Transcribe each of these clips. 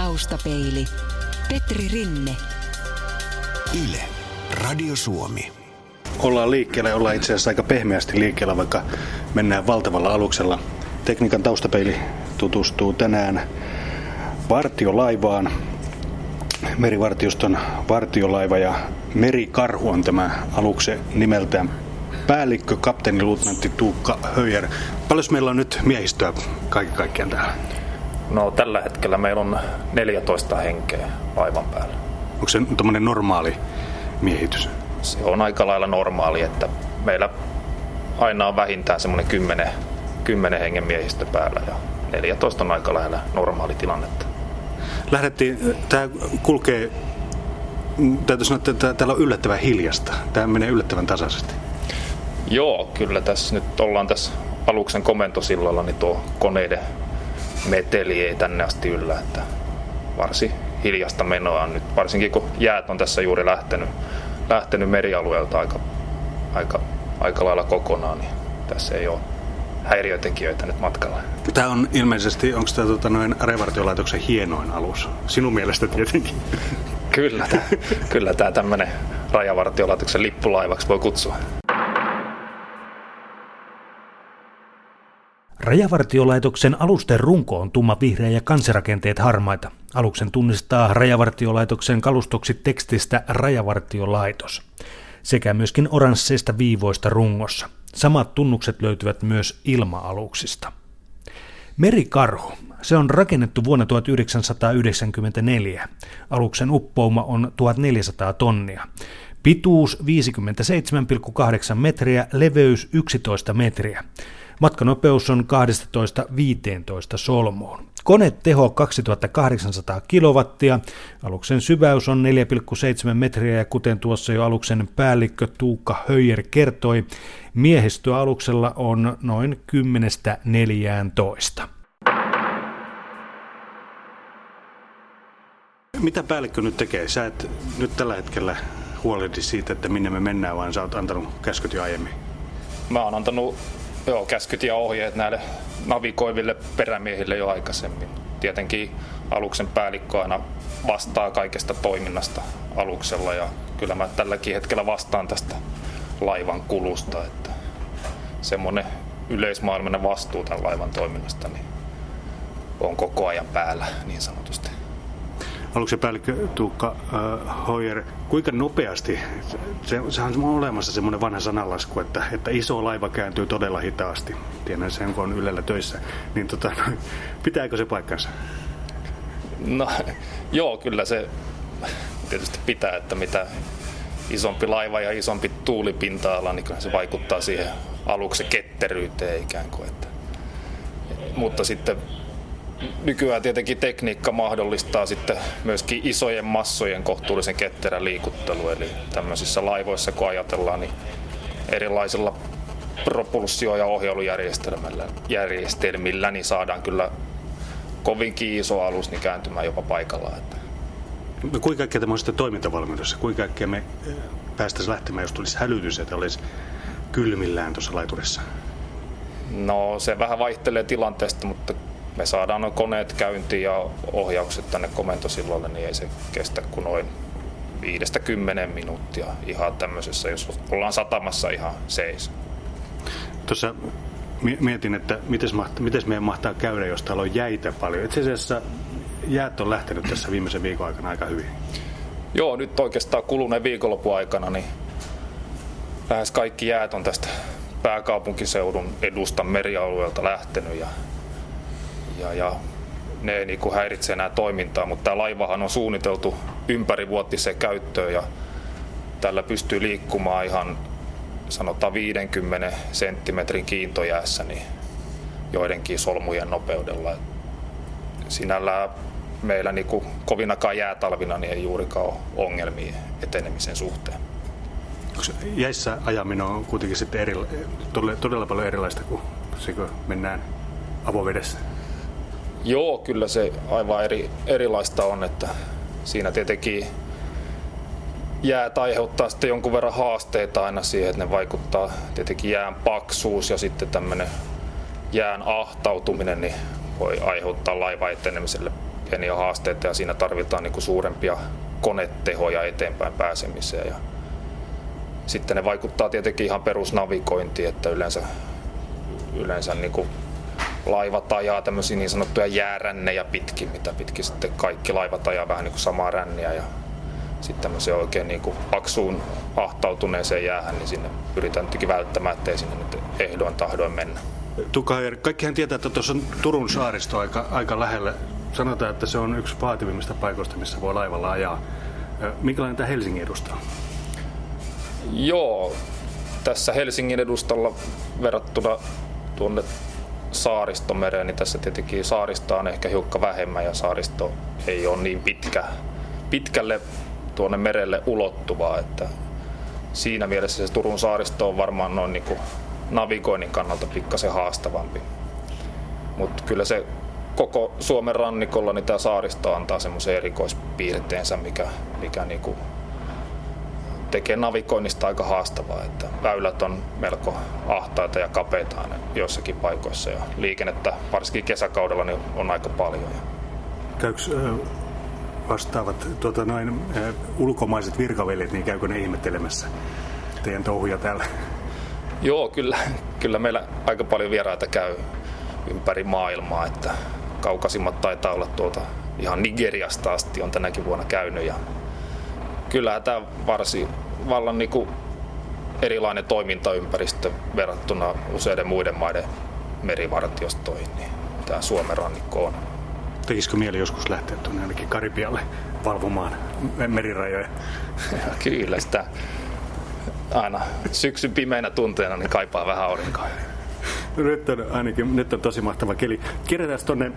taustapeili. Petri Rinne. Yle, Radio Suomi. Ollaan liikkeellä, ollaan itse asiassa aika pehmeästi liikkeellä, vaikka mennään valtavalla aluksella. Tekniikan taustapeili tutustuu tänään vartiolaivaan. Merivartioston vartiolaiva ja Merikarhu on tämä aluksen nimeltään. Päällikkö, kapteeniluutnantti Tuukka Höijer. Paljon meillä on nyt miehistöä kaiken kaikkiaan täällä? No tällä hetkellä meillä on 14 henkeä laivan päällä. Onko se tommoinen normaali miehitys? Se on aika lailla normaali, että meillä aina on vähintään semmoinen 10 hengen miehistö päällä ja 14 on aika lähellä normaali tilannetta. Tämä kulkee, täytyy sanoa, että täällä on yllättävän hiljasta. Tämä menee yllättävän tasaisesti. Joo, kyllä tässä nyt ollaan tässä aluksen komentosillalla, niin tuo koneiden meteli ei tänne asti yllä, että varsin hiljasta menoa on nyt, varsinkin kun jäät on tässä juuri lähtenyt merialueelta aika lailla kokonaan, niin tässä ei ole häiriötekijöitä nyt matkalla. Tämä on ilmeisesti, onko tämä Rajavartiolaitoksen hienoin alus? Sinun mielestä tietenkin. Kyllä tämä tämmöinen Rajavartiolaitoksen lippulaivaksi voi kutsua. Rajavartiolaitoksen alusten runko on tumma-vihreä ja kansirakenteet harmaita. Aluksen tunnistaa Rajavartiolaitoksen kalustoksi tekstistä Rajavartiolaitos sekä myöskin oransseista viivoista rungossa. Samat tunnukset löytyvät myös ilma-aluksista. Merikarhu. Se on rakennettu vuonna 1994. Aluksen uppouma on 1400 tonnia. Pituus 57,8 metriä, leveys 11 metriä. Matkanopeus on 12-15 solmuun. Koneteho 2800 kilowattia. Aluksen syväys on 4,7 metriä ja kuten tuossa jo aluksen päällikkö Tuukka Höijer kertoi, miehistö aluksella on noin 10-14. Mitä päällikkö nyt tekee? Sä et nyt tällä hetkellä huolehdi siitä, että minne me mennään, vaan sä oot antanut käskyt jo aiemmin. Mä oon antanut käskyt ja ohjeet näille navigoiville perämiehille jo aikaisemmin. Tietenkin aluksen päällikkö aina vastaa kaikesta toiminnasta aluksella ja kyllä mä tälläkin hetkellä vastaan tästä laivan kulusta, että semmoinen yleismaailmainen vastuu tämän laivan toiminnasta niin on koko ajan päällä niin sanotusti. Aluksen päällikkö Tuukka Höijer, kuinka nopeasti, sehän on olemassa semmoinen vanha sananlasku, että iso laiva kääntyy todella hitaasti. Tiedän sen, kun on Ylellä töissä. Niin pitääkö se paikkansa? No joo, kyllä se tietysti pitää, että mitä isompi laiva ja isompi tuulipinta-ala, niin kyllä se vaikuttaa siihen aluksen ketteryyteen ikään kuin. Mutta sitten nykyään tietenkin tekniikka mahdollistaa sitten myöskin isojen massojen kohtuullisen ketterän liikuttelu, eli tämmöisissä laivoissa kun ajatellaan, niin erilaisilla propulsio- ja ohjailujärjestelmillä niin saadaan kyllä kovinkin iso alus niin kääntymään jopa paikallaan. No, kuinka kaikkea tämä on sitten toimintavalmiudessa? Kuinka kaikkea me päästäisiin lähtemään, jos tulisi hälytys, että olisi kylmillään tuossa laiturissa? No se vähän vaihtelee tilanteesta, mutta me saadaan nuo koneet käyntiin ja ohjaukset tänne komentosillalle, niin ei se kestä kuin noin 5-10 minuuttia ihan tämmöisessä, jos ollaan satamassa ihan seis. Tuossa mietin, että miten meidän mahtaa käydä, jos täällä on jäitä paljon. Itse asiassa jäät on lähtenyt tässä viimeisen viikon aikana aika hyvin. Joo, nyt oikeastaan kuluneen viikonlopun aikana niin lähes kaikki jäät on tästä pääkaupunkiseudun edustan merialueelta lähtenyt ja ne ei niin häiritse enää toimintaa, mutta tämä laivahan on suunniteltu ympärivuotiseen käyttöön ja tällä pystyy liikkumaan ihan sanotaan 50 senttimetrin kiintojäässä niin joidenkin solmujen nopeudella. Sinällään meillä niin kovinakaan jäätalvina niin ei juurikaan ole ongelmia etenemisen suhteen. Jäissä ajaminen on kuitenkin sitten todella paljon erilaista kuin se, kun mennään avovedessä? Joo, kyllä se aivan erilaista on, että siinä tietenkin jäät aiheuttaa sitten jonkun verran haasteita aina siihen, että ne vaikuttaa tietenkin jään paksuus ja sitten tämmöinen jään ahtautuminen niin voi aiheuttaa laivan etenemiselle pieniä haasteita ja siinä tarvitaan niin kuin suurempia konetehoja eteenpäin pääsemiseen. Ja sitten ne vaikuttaa tietenkin ihan perusnavigointiin, että yleensä niin kuin laivat ajaa tämmöisiä niin sanottuja jäärännejä pitkin, mitä pitkin sitten kaikki laivat ajaa vähän niin kuin samaa ränniä. Ja sitten tämmöiseen oikein niin kuin paksuun ahtautuneeseen jäähän, niin sinne pyritään tietenkin välttämään, ettei sinne nyt ehdoin tahdoin mennä. Tukajer, kaikkihan tietää, että tuossa on Turun saaristo aika lähellä. Sanotaan, että se on yksi vaativimmista paikoista, missä voi laivalla ajaa. Minkälainen tämä Helsingin edusta on? Joo, tässä Helsingin edustalla verrattuna tuonne Saaristomereen, niin tässä tietenkin saarista on ehkä hiukka vähemmän ja saaristo ei ole niin pitkälle tuonne merelle ulottuvaa, että siinä mielessä se Turun saaristo on varmaan noin niin kuin navigoinnin kannalta pikkasen haastavampi. Mutta kyllä se koko Suomen rannikolla niin tämä saaristo antaa semmoisen erikoispiirteensä, mikä niin kuin tekee navigoinnista aika haastavaa, että väylät on melko ahtaita ja kapeita joissakin paikoissa ja liikennettä varsinkin kesäkaudella niin on aika paljon. Käykö vastaavat ulkomaiset virkavelit, niin käykö ne ihmettelemässä teidän touhuja täällä? Joo, kyllä meillä aika paljon vieraita käy ympäri maailmaa, että kaukaisimmat taitaa olla tuolta ihan Nigeriasta asti on tänäkin vuonna käynyt ja kyllähän tämä vallan niin kuin erilainen toimintaympäristö verrattuna useiden muiden maiden merivartiostoihin, niin tämä Suomen rannikko on. Tekisikö mieli joskus lähteä tuonne ainakin Karibialle valvomaan merirajoja? Kyllä sitä aina syksyn pimeinä tunteina niin kaipaa vähän aurinkoa. No nyt on tosi mahtava keli. Kierretään tuonne,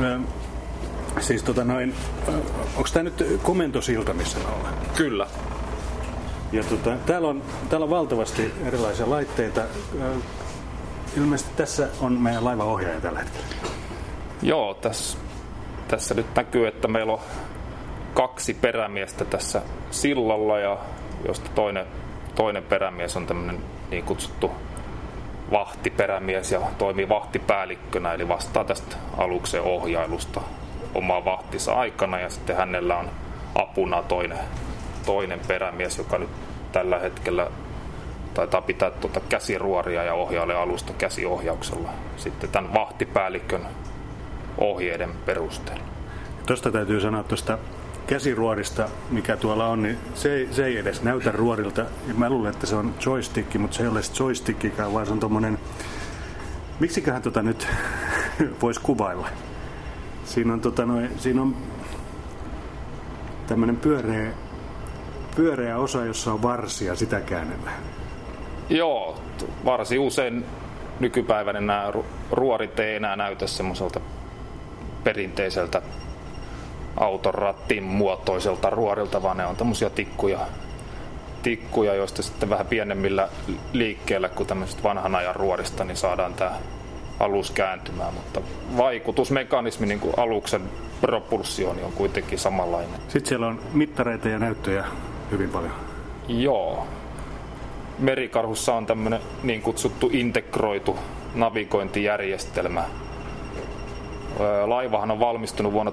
onko tämä nyt komentosilta, missä me ollaan? Kyllä. Ja täällä on valtavasti erilaisia laitteita. Ilmeisesti tässä on meidän laivaohjaaja tällä hetkellä. Joo, tässä nyt näkyy, että meillä on 2 perämiestä tässä sillalla ja josta toinen perämies on tämmöinen niin kutsuttu vahtiperämies ja toimii vahtipäällikkönä, eli vastaa tästä aluksen ohjailusta omaa vahtinsa aikana ja sitten hänellä on apuna toinen perämies, joka nyt tällä hetkellä taitaa pitää käsiruoria ja ohjailee alusta käsiohjauksella sitten tämän vahtipäällikön ohjeiden perusteella. Tuosta täytyy sanoa tuosta käsiruorista, mikä tuolla on, niin se ei edes näytä ruorilta. Mä luulen, että se on joystick, mutta se ei ole joystickikään, vaan se on tommonen. Miksiköhän nyt voisi kuvailla? Siinä on tämmönen pyöreä osa, jossa on varsia, sitä käännellään. Joo, varsin usein nykypäivänä nämä ruorit ei enää näytä semmoiselta perinteiseltä auton rattin muotoiselta ruorilta, vaan ne on tämmöisiä tikkuja, joista sitten vähän pienemmillä liikkeellä kuin tämmöisestä vanhan ajan ruorista, niin saadaan tämä alus kääntymään, mutta vaikutusmekanismi niin kuin aluksen propulsioon on kuitenkin samanlainen. Sitten siellä on mittareita ja näyttöjä hyvin paljon. Joo. Merikarhussa on tämmöinen niin kutsuttu integroitu navigointijärjestelmä. Laivahan on valmistunut vuonna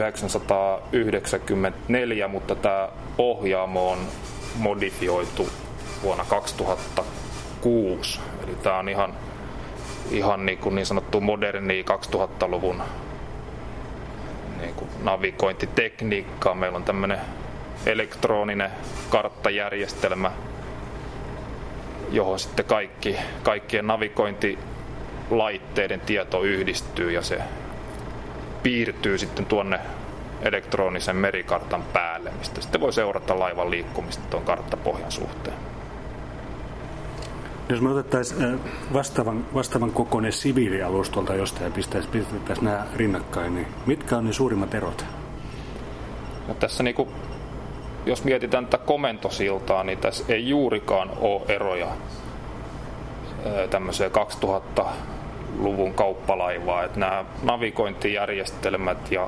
1994, mutta tämä ohjaamo on modifioitu vuonna 2006. Eli tämä on ihan niin sanottu moderni 2000-luvun niin kuin navigointitekniikkaa. Meillä on tämmöinen elektroninen karttajärjestelmä, johon sitten kaikkien navigointilaitteiden tieto yhdistyy ja se piirtyy sitten tuonne elektronisen merikartan päälle, mistä sitten voi seurata laivan liikkumista tuon karttapohjan suhteen. Jos me otettaisiin vastaavan kokoinen siviilialus tuolta jostain ja pistettäisiin nämä rinnakkain, niin mitkä on ne suurimmat erot? No tässä jos mietitään tätä komentosiltaa, niin tässä ei juurikaan ole eroja tämmöiseen 2000-luvun kauppalaivaa. Että nämä navigointijärjestelmät ja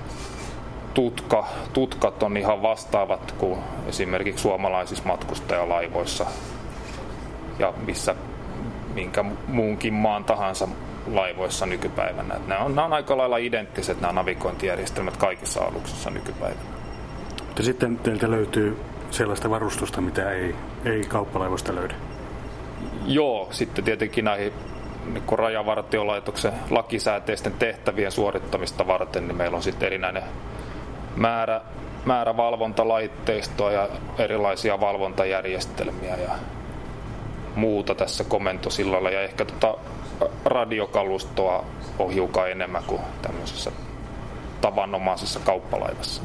tutkat on ihan vastaavat kuin esimerkiksi suomalaisissa matkustajalaivoissa ja minkä muunkin maan tahansa laivoissa nykypäivänä. Nämä on aika lailla identtiset nämä navigointijärjestelmät kaikissa aluksissa nykypäivänä. Mutta sitten teiltä löytyy sellaista varustusta, mitä ei kauppalaivoista löydy? Joo, sitten tietenkin näihin niin Rajavartiolaitoksen lakisääteisten tehtävien suorittamista varten, niin meillä on sitten erinäinen määrä valvontalaitteistoa ja erilaisia valvontajärjestelmiä ja muuta tässä komentosillalla. Ja ehkä radiokalustoa on hiukan enemmän kuin tämmöisessä tavanomaisessa kauppalaivassa.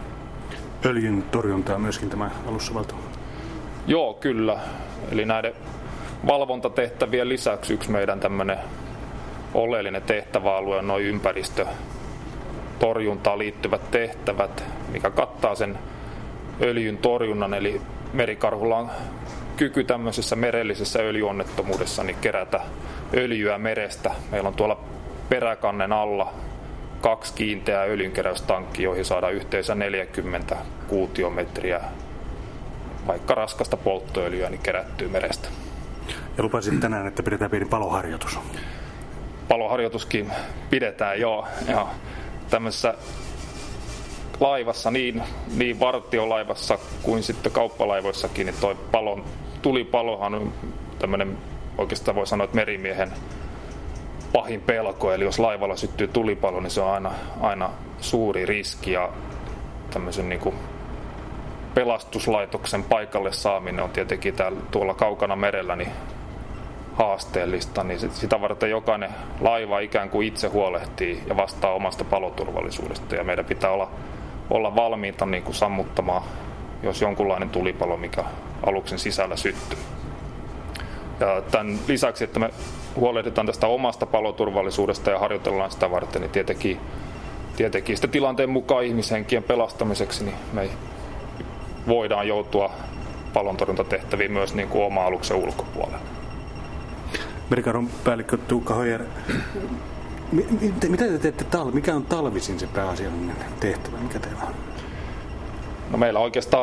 Öljyn torjuntaa myöskin tämä alussa valtava? Joo, kyllä. Eli näiden valvontatehtävien lisäksi yksi meidän tämmöinen oleellinen tehtäväalue on noin ympäristötorjuntaan liittyvät tehtävät, mikä kattaa sen öljyn torjunnan. Eli merikarhulla on kyky tämmöisessä merellisessä öljyonnettomuudessa niin kerätä öljyä merestä. Meillä on tuolla peräkannen alla 2 kiinteää öljynkeräystankkia, joihin saadaan yhteensä 40 kuutiometriä vaikka raskasta polttoöljyä niin kerättyy merestä. Ja lupasit tänään, että pidetään pieni paloharjoitus. Paloharjoituskin pidetään, joo. Ja tämmöisessä laivassa, niin vartiolaivassa kuin sitten kauppalaivoissakin, niin toi tulipalohan on tämmöinen, oikeastaan voi sanoa, että merimiehen pahin pelko. Eli jos laivalla syttyy tulipalo, niin se on aina suuri riski ja tämmöisen niin kuin pelastuslaitoksen paikalle saaminen on tietenkin tuolla kaukana merellä niin haasteellista, niin sitä varten jokainen laiva ikään kuin itse huolehtii ja vastaa omasta paloturvallisuudesta ja meidän pitää olla valmiita niin kuin sammuttamaan, jos jonkunlainen tulipalo, mikä aluksen sisällä syttyy. Ja tämän lisäksi, että me huolehditaan tästä omasta paloturvallisuudesta ja harjoitellaan sitä varten, niin tietenkin sitä tilanteen mukaan ihmishenkien pelastamiseksi niin me voidaan joutua palontorjuntatehtäviin myös niin kuin oma aluksen ulkopuolelle. Merikarhun päällikkö Tuukka Höjer, mitä te teette mikä on talvisin se pääasiallinen tehtävä, mikä teillä on? No meillä oikeastaan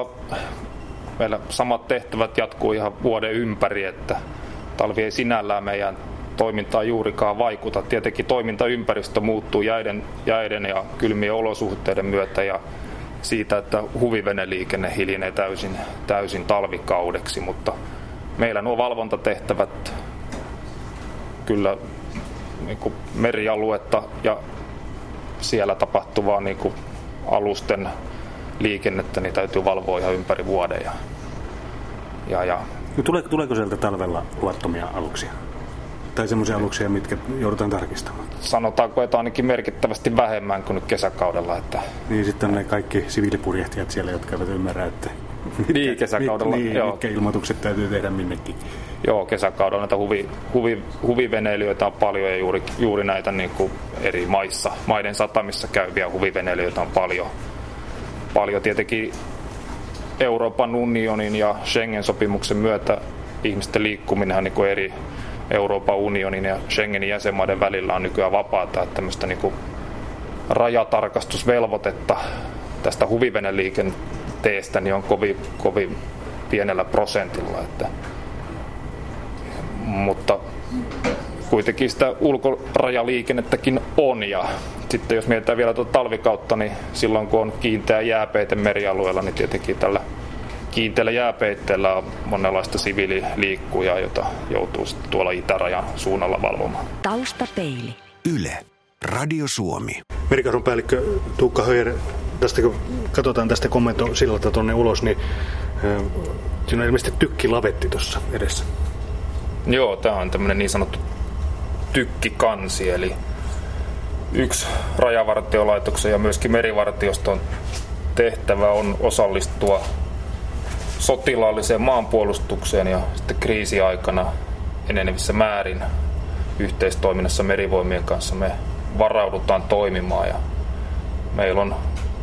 samat tehtävät jatkuu ihan vuoden ympäri, että talvi ei sinällään meidän toimintaan juurikaan vaikuta. Tietenkin toimintaympäristö muuttuu jäiden ja kylmien olosuhteiden myötä ja siitä, että huviveneliikenne hiljenee täysin talvikaudeksi, mutta meillä nuo valvontatehtävät kyllä niin kuin merialuetta ja siellä tapahtuvaa niin kuin alusten liikennettä niin täytyy valvoa ihan ympäri vuoden. Tuleeko sieltä talvella luvattomia aluksia? Tai semmoisia aluksia, mitkä joudutaan tarkistamaan? Sanotaanko, että ainakin merkittävästi vähemmän kuin nyt kesäkaudella. Että niin sitten on ne kaikki siviilipurjehtijat siellä, jotka eivät ymmärrä, että kesäkaudella, mitkä ilmoitukset täytyy tehdä minnekin. Joo, kesäkaudella näitä huviveneilijöitä on paljon ja juuri näitä niin kuin eri maiden satamissa käyviä huviveneilijöitä on paljon. Tietenkin Euroopan unionin ja Schengen-sopimuksen myötä ihmisten liikkuminen niin kuin eri Euroopan unionin ja Schengenin jäsenmaiden välillä on nykyään vapaata, että tämmöistä niin kuin rajatarkastusvelvoitetta tästä huviveneliikenteestä niin on kovin pienellä prosentilla. Mutta kuitenkin sitä ulkorajaliikennettäkin on ja sitten jos mietitään vielä tuota talvikautta, niin silloin kun on kiinteä jääpeite merialueella, niin tietenkin tällä kiinteällä jääpeitteellä on monenlaista siviililiikkujaa, jota joutuu tuolla itärajan suunnalla valvomaan. Taustapeili. Yle. Radio Suomi. Merikarhun päällikkö Tuukka Höjer, tästä kun katsotaan tästä komentosillalta tuonne ulos, niin siinä on ilmeisesti tykkilavetti tuossa edessä. Joo, tämä on tämmöinen niin sanottu tykkikansi, eli yksi Rajavartiolaitoksen ja myöskin merivartioston tehtävä on osallistua sotilaalliseen maanpuolustukseen ja sitten kriisiaikana enenevissä määrin yhteistoiminnassa merivoimien kanssa me varaudutaan toimimaan ja meillä on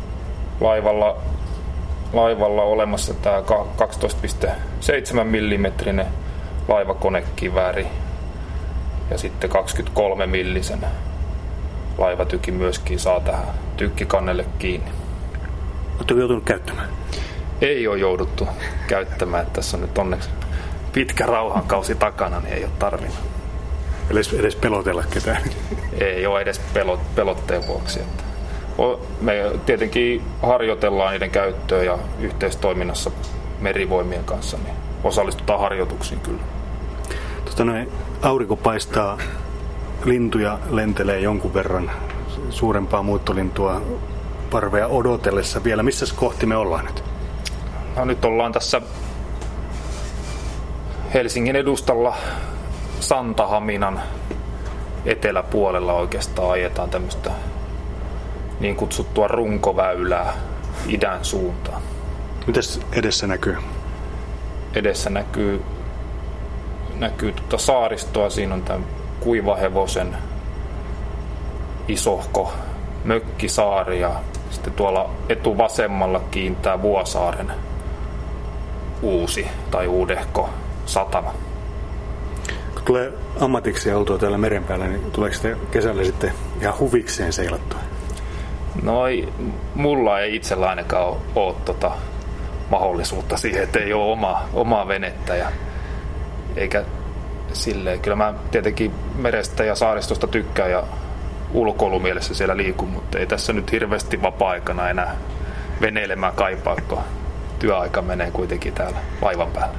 laivalla olemassa tämä 12,7 mm laivakonekivääri ja sitten 23 millisen laivatyki myöskin saa tähän tykkikannelle kiinni. Oletteko joutunut käyttämään? Ei ole jouduttu käyttämään. Tässä on nyt onneksi pitkä rauhankausi takana, niin ei ole tarvinnut. edes pelotella ketään. Ei ole edes pelotteen vuoksi. Että me tietenkin harjoitellaan niiden käyttöä ja yhteistoiminnassa merivoimien kanssa, niin osallistutaan harjoituksiin kyllä. Aurinko paistaa, lintuja lentelee jonkun verran, suurempaa muuttolintua parvea odotellessa vielä. Missäs kohti me ollaan nyt? No, nyt ollaan tässä Helsingin edustalla Santahaminan eteläpuolella oikeastaan ajetaan tämmöistä niin kutsuttua runkoväylää idän suuntaan. Mitäs edessä näkyy? Edessä näkyy saaristoa. Siinä on tämän Kuivahevosen isohko mökkisaari ja sitten tuolla etuvasemmalla kiintää Vuosaaren uusi tai uudehko satama. Kun tulee ammatiksi ja oltua täällä meren päällä, niin tuleeko te kesällä sitten ihan huvikseen seilattua? No mulla ei itsellä ainakaan ole mahdollisuutta siihen, että ei ole omaa venettä ja eikä silleen. Kyllä mä tietenkin merestä ja saaristosta tykkään ja ulkoilumielessä siellä liikun, mutta ei tässä nyt hirveästi vapaa-aikana enää veneilemään kaipaa, kun työaika menee kuitenkin täällä vaivan päällä.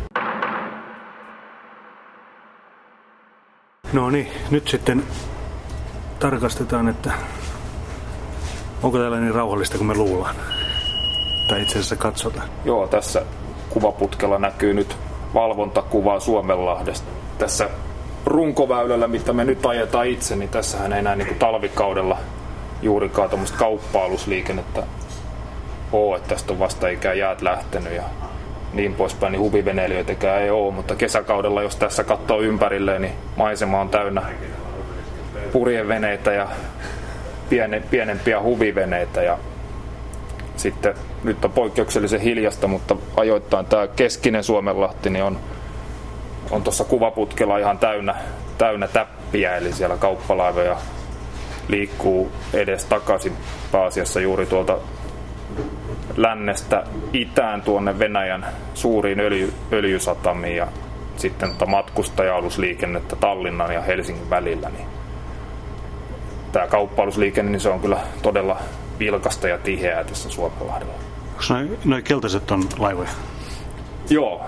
No niin, nyt sitten tarkastetaan, että onko täällä niin rauhallista kuin me luullaan. Tai itse asiassa katsotaan. Joo, tässä kuvaputkella näkyy nyt valvontakuvaa Suomenlahdesta. Tässä runkoväylällä, mitä me nyt ajetaan itse, niin tässähän ei enää niin kuin talvikaudella juurikaan tuommoista kauppa-alusliikennettä ole, että tästä on vasta ikään jäät lähtenyt ja niin poispäin, niin huviveneilijöitäkään ei ole, mutta kesäkaudella, jos tässä katsoo ympärilleen, niin maisema on täynnä purjeveneitä ja pienempiä huviveneitä ja sitten nyt on poikkeuksellisen hiljasta, mutta ajoittain tämä keskinen Suomenlahti niin on tuossa kuvaputkella ihan täynnä täppiä, eli siellä kauppalaivoja liikkuu edes takaisin pääasiassa juuri tuolta lännestä itään tuonne Venäjän suuriin öljysatamiin ja sitten matkustaja-alusliikennettä Tallinnan ja Helsingin välillä. Niin tämä kauppa-alusliikenne niin se on kyllä todella vilkasta ja tiheää tässä Suomenlahdella. Onko noi keltaiset on laivoja? Joo,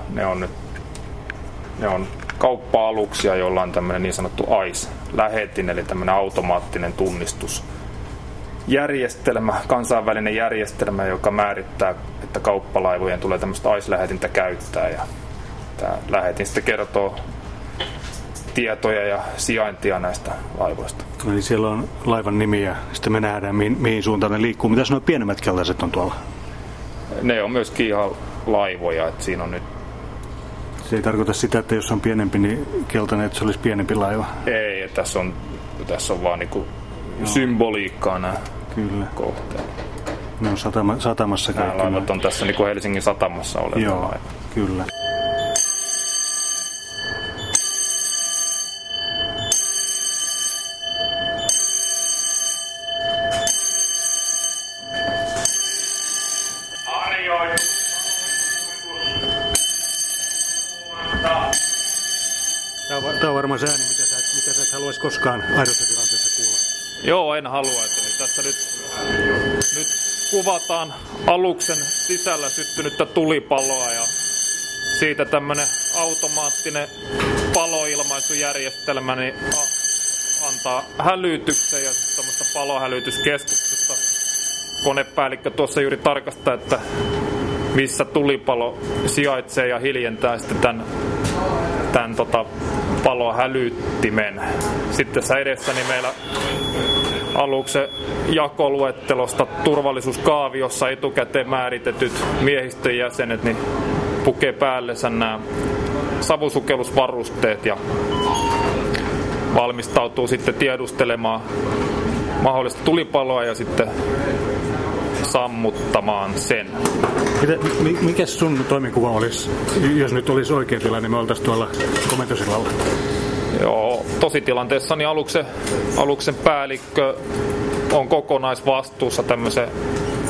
ne on kauppa-aluksia, joilla on tämmöinen niin sanottu AIS-lähetin, eli tämmöinen automaattinen tunnistusjärjestelmä, kansainvälinen järjestelmä, joka määrittää, että kauppalaivojen tulee tämmöistä AIS-lähetintä käyttää. Ja tämä lähetin sitten kertoo tietoja ja sijaintia näistä laivoista. Eli siellä on laivan nimi ja sitten me nähdään, mihin suuntaan ne liikkuu. Mitäs nuo pienemmät keltaiset on tuolla? Ne on myöskin ihan laivoja, että siinä on nyt. Se ei tarkoita sitä, että jos on pienempi, niin keltainen, että se olisi pienempi laiva. Ei, tässä on vaan niinku symboliikkaa nämä kohteet. Ne on satamassa kaikki. Nämä laivat on tässä niinku Helsingin satamassa oleva laiva. Kyllä. Tämä on varmaan se ääni, mitä sä et haluaisi koskaan aidossa tilanteessa kuulla. Joo, en halua. Että tässä nyt kuvataan aluksen sisällä syttynyttä tulipaloa ja siitä tämmöinen automaattinen paloilmaisujärjestelmä niin antaa hälytyksen ja tämmöistä palohälytyskeskuksesta konepäällikkö tuossa juuri tarkastaa, että missä tulipalo sijaitsee ja hiljentää sitten tämän palohälyttimen. Sitten tässä edessäni meillä aluksen jakoluettelosta turvallisuuskaaviossa etukäteen määritetyt miehistön jäsenet niin pukee päällensä nämä savusukellusvarusteet ja valmistautuu sitten tiedustelemaan mahdollista tulipaloa ja sitten sammuttamaan sen. Mikäs sun toimenkuva olisi, jos nyt olisi oikea tilanne, niin me oltaisiin tuolla komentosillalla? Joo, tositilanteessa niin aluksen päällikkö on kokonaisvastuussa tämmöisen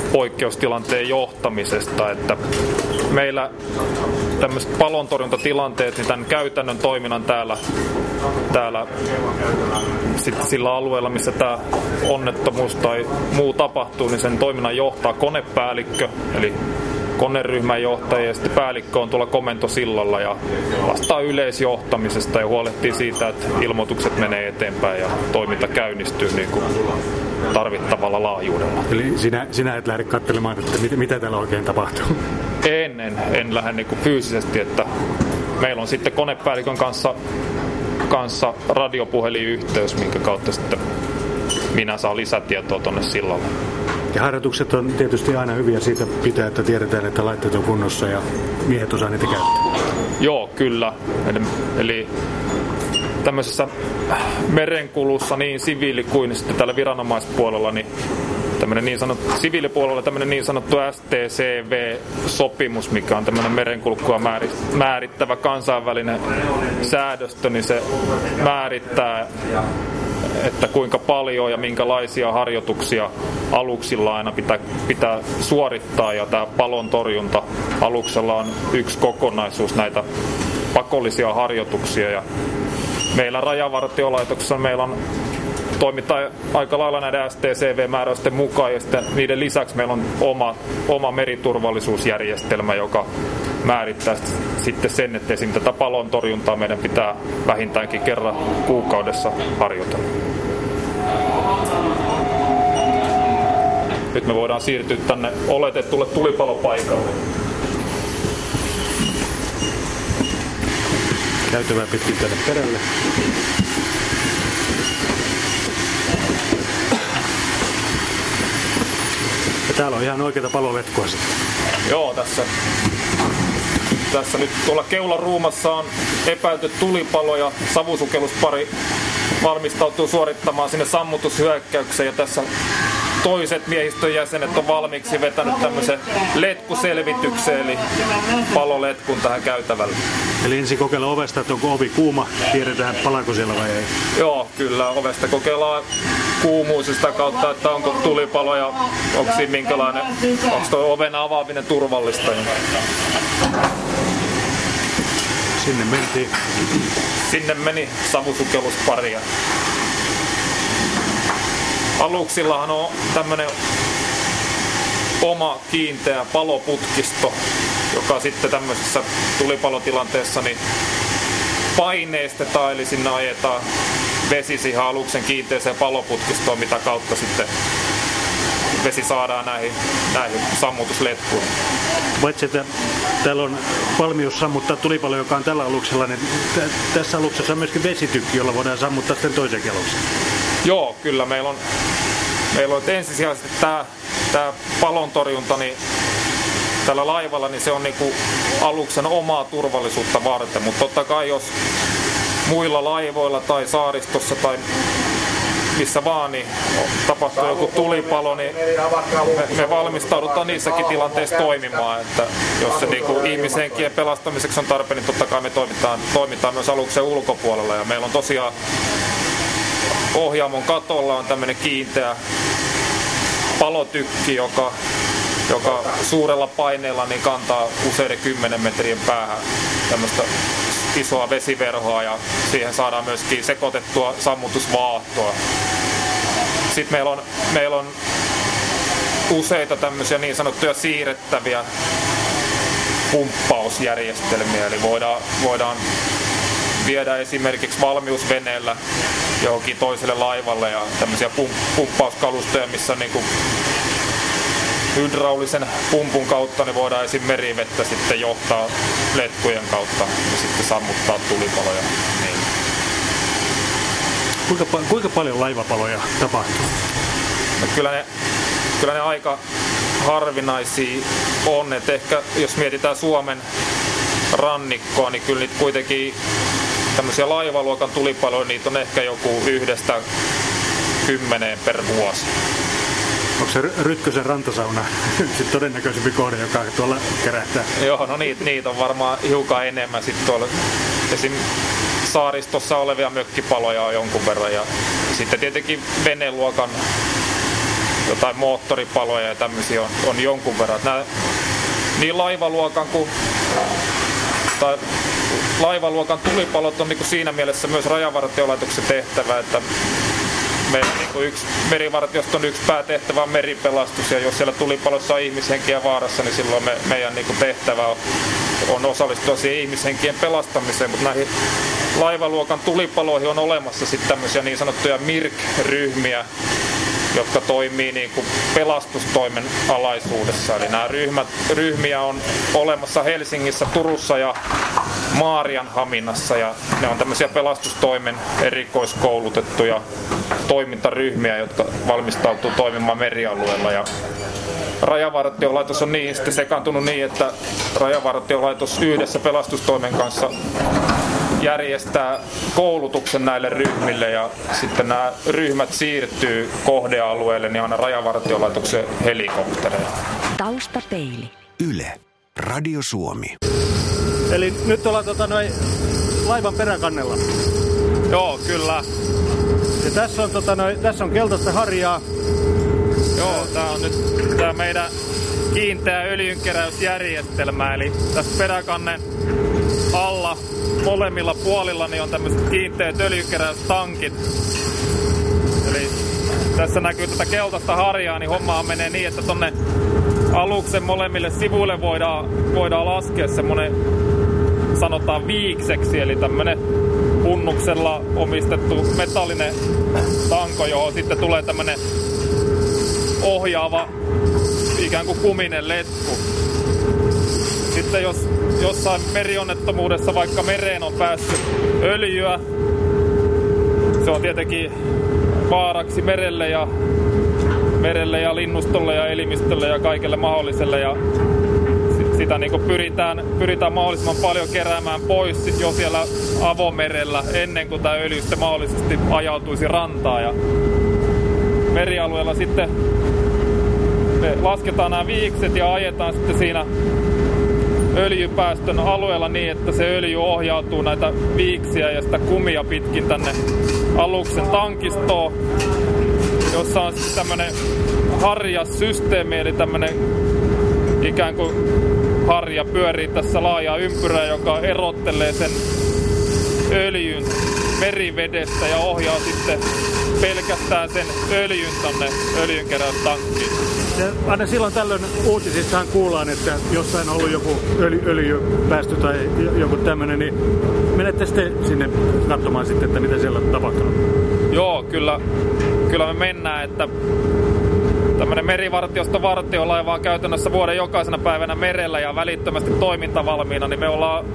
poikkeustilanteen johtamisesta, että meillä tämmöiset palontorjuntatilanteet, niin tämän käytännön toiminnan täällä sitten sillä alueella, missä tämä onnettomuus tai muu tapahtuu, niin sen toiminnan johtaa konepäällikkö, eli koneryhmän johtaja, ja sitten päällikkö on tuolla komentosillalla ja vastaa yleisjohtamisesta ja huolehtii siitä, että ilmoitukset menee eteenpäin ja toiminta käynnistyy niin kuin tarvittavalla laajuudella. Eli sinä et lähde katselemaan, että mitä täällä oikein tapahtuu? En lähde niin kuin fyysisesti, että meillä on sitten konepäällikön kanssa radiopuhelinyhteys, minkä kautta sitten minä saan lisätietoa tuonne sillalle. Ja harjoitukset on tietysti aina hyviä siitä pitää, että tiedetään, että laitteet on kunnossa ja miehet osaa niitä käyttää. Joo, kyllä. Eli tämmöisessä merenkulussa niin siviili kuin sitten täällä viranomaispuolella, niin siviilipuolella tämmöinen niin sanottu STCV-sopimus, mikä on tämmöinen merenkulkua määrittävä kansainvälinen säädöstö, niin se määrittää, että kuinka paljon ja minkälaisia harjoituksia aluksilla aina pitää suorittaa, ja tämä palontorjunta aluksella on yksi kokonaisuus näitä pakollisia harjoituksia, ja meillä Rajavartiolaitoksessa meillä on toimitaan aika lailla näiden STCV-määräysten mukaan, ja sitten niiden lisäksi meillä on oma meriturvallisuusjärjestelmä, joka määrittää sitten sen, että esimerkiksi tätä palontorjuntaa meidän pitää vähintäänkin kerran kuukaudessa harjoitella. Nyt me voidaan siirtyä tänne oletettulle tulipalopaikalle. Käytävää pitkin tänne perälle. Ja täällä on ihan oikeita paloletkua sitten. Joo, tässä nyt tuolla keularuumassa on epäilty tulipalo ja savusukelluspari valmistautuu suorittamaan sinne sammutushyökkäykseen, ja tässä toiset miehistön jäsenet on valmiiksi vetänyt tämmöisen letkuselvityksen, eli paloletkun tähän käytävälle. Eli ensin kokeillaan ovesta, että onko ovi kuuma, tiedetään palaako siellä vai ei? Joo, kyllä. Ovesta kokeillaan kuumuus sitä kautta, että onko tulipalo ja onko siinä minkälainen, onko tuo oven avaaminen turvallista. Sinne meni savusukelluspari. Aluksillahan on tämmönen oma kiinteä paloputkisto, joka sitten tämmöisessä tulipalotilanteessa niin paineistetaan, eli sinne ajetaan vesi siihen aluksen kiinteeseen paloputkistoon, mitä kautta sitten vesi saadaan näihin sammutusletkuihin. Paitsi että täällä on valmius sammuttaa tulipalo, joka on tällä aluksella, niin tässä aluksessa on myöskin vesitykki, jolla voidaan sammuttaa sitten toisenkin aluksen. Joo, kyllä. Meillä on ensisijaisesti tämä palontorjunta niin tällä laivalla, niin se on niinku aluksen omaa turvallisuutta varten, mutta totta kai jos muilla laivoilla tai saaristossa tai missä vaan niin tapahtuu joku tulipalo, niin me valmistaudutaan niissäkin tilanteissa toimimaan, että jos se niinku ihmishenkien pelastamiseksi on tarpeen, niin totta kai me toimitaan myös aluksen ulkopuolella, ja meillä on tosiaan ohjaamon katolla on tämmöinen kiinteä palotykki, joka suurella paineella niin kantaa useiden 10 metrien päähän tämmöistä isoa vesiverhoa, ja siihen saadaan myöskin sekoitettua sammutusvaahtoa. Sitten meillä on useita tämmöisiä niin sanottuja siirrettäviä pumppausjärjestelmiä, eli voidaan viedä esimerkiksi valmiusveneellä johonkin toiselle laivalle, ja tämmöisiä pumppauskalustoja, missä on niinku hydraulisen pumpun kautta niin voidaan esim. Merivettä sitten johtaa letkujen kautta ja sitten sammuttaa tulipaloja. Niin. Kuinka paljon laivapaloja tapahtuu? No kyllä ne aika harvinaisia on, että ehkä jos mietitään Suomen rannikkoa, niin kyllä niitä kuitenkin tämmöisiä laivaluokan tulipaloja, niitä on ehkä joku 1-10 per vuosi. Onko se Rytkösen rantasauna sitten todennäköisempi kohde, joka tuolla kerähtää? Joo, no niitä on varmaan hiukan enemmän. Sitten tuolla esim. Saaristossa olevia mökkipaloja on jonkun verran. Ja sitten tietenkin veneluokan jotain moottoripaloja ja tämmöisiä on jonkun verran. Niin laivaluokan tulipalot on niin kuin siinä mielessä myös Rajavartiolaitoksen tehtävä, että meillä niin merivartioston yksi päätehtävä on meripelastus, ja jos siellä tulipalossa on ihmishenkiä vaarassa, niin silloin meidän niin kuin tehtävä on osallistua siihen ihmishenkien pelastamiseen, mutta näihin laivaluokan tulipaloihin on olemassa sitten tämmöisiä niin sanottuja MIRC-ryhmiä, jotka toimii niin kuin pelastustoimen alaisuudessa. Eli nämä ryhmiä on olemassa Helsingissä, Turussa ja Maarianhaminassa, ja ne on tämmöisiä pelastustoimen erikoiskoulutettuja toimintaryhmiä, jotka valmistautuu toimimaan merialueella. Ja Rajavartiolaitos on niihin sitten sekaantunut niin, että Rajavartiolaitos yhdessä pelastustoimen kanssa järjestää koulutuksen näille ryhmille, ja sitten nämä ryhmät siirtyy kohdealueelle niin aina Rajavartiolaitoksen helikoptereilla. Taustapeili. Yle. Radio Suomi. Eli nyt ollaan laivan peräkannella. Joo, kyllä. Ja tässä on keltaista harjaa. Joo, tää on nyt tää meidän kiinteä öljynkeräysjärjestelmä, eli tässä peräkannen alla molemmilla puolilla niin on tämmöiset kiinteät öljynkeräystankit. Eli tässä näkyy tätä keltaista harjaa, niin hommaa menee niin, että tonne aluksen molemmille sivuille voidaan laskea semmonen, sanotaan viikseksi, eli tämmönen punnuksella omistettu metallinen tanko, johon sitten tulee tämmönen ohjaava ikään kuin kuminen letku. Sitten jos jossain merionnettomuudessa vaikka mereen on päässyt öljyä, se on tietenkin vaaraksi merelle ja linnustolle ja elimistölle ja kaikelle mahdolliselle, ja sitä niin kuin pyritään mahdollisimman paljon keräämään pois jo siellä avomerellä ennen kuin tämä öljy sitten mahdollisesti ajautuisi rantaan. Ja merialueella sitten me lasketaan nämä viikset ja ajetaan sitten siinä öljypäästön alueella niin, että se öljy ohjautuu näitä viiksiä ja sitä kumia pitkin tänne aluksen tankistoon, jossa on sitten tämmönen harjasysteemi, eli tämmönen ikään kuin harja pyörii tässä laajaa ympyrää, joka erottelee sen öljyn merivedestä ja ohjaa sitten pelkästään sen öljyn tonne öljynkeräystankkiin. Aina silloin tällöin uutisissahan kuullaan, että jossain on ollut joku öljypäästö tai joku tämmöinen, niin menette sitten sinne katsomaan sitten, että mitä siellä tapahtuu? Joo, kyllä me mennään, että tämmöinen merivartiosto vartiolaiva on käytännössä vuoden jokaisena päivänä merellä ja välittömästi toimintavalmiina, niin me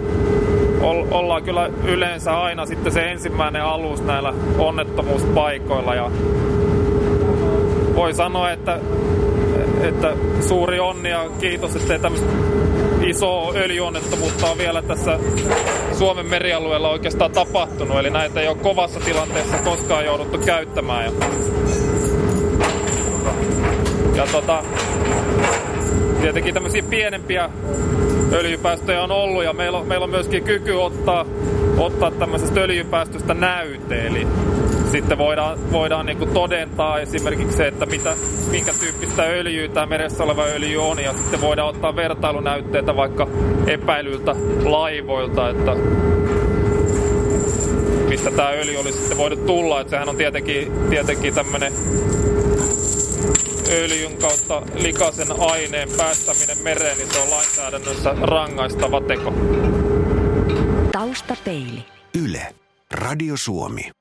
ollaan kyllä yleensä aina sitten se ensimmäinen alus näillä onnettomuuspaikoilla, ja voi sanoa, että suuri onni ja kiitos, ettei tämmöistä isoa öljyonnettomuutta on vielä tässä Suomen merialueella oikeastaan tapahtunut, eli näitä ei ole kovassa tilanteessa koskaan jouduttu käyttämään. Ja tietenkin tämmöisiä pienempiä öljypäästöjä on ollut, ja meillä on myöskin kyky ottaa tämmöisestä öljypäästöstä näyte, eli sitten voidaan niin kuin todentaa esimerkiksi se, että minkä tyyppistä öljyä tämä meressä oleva öljy on, ja sitten voidaan ottaa vertailunäytteitä vaikka epäilyltä laivoilta, että mistä tämä öljy olisi sitten voinut tulla. Että sehän on tietenkin tämmöinen öljyn kautta likaisen aineen päästäminen mereen, niin se on lainsäädännössä rangaistava teko. Taustapeili. Yle. Radio Suomi.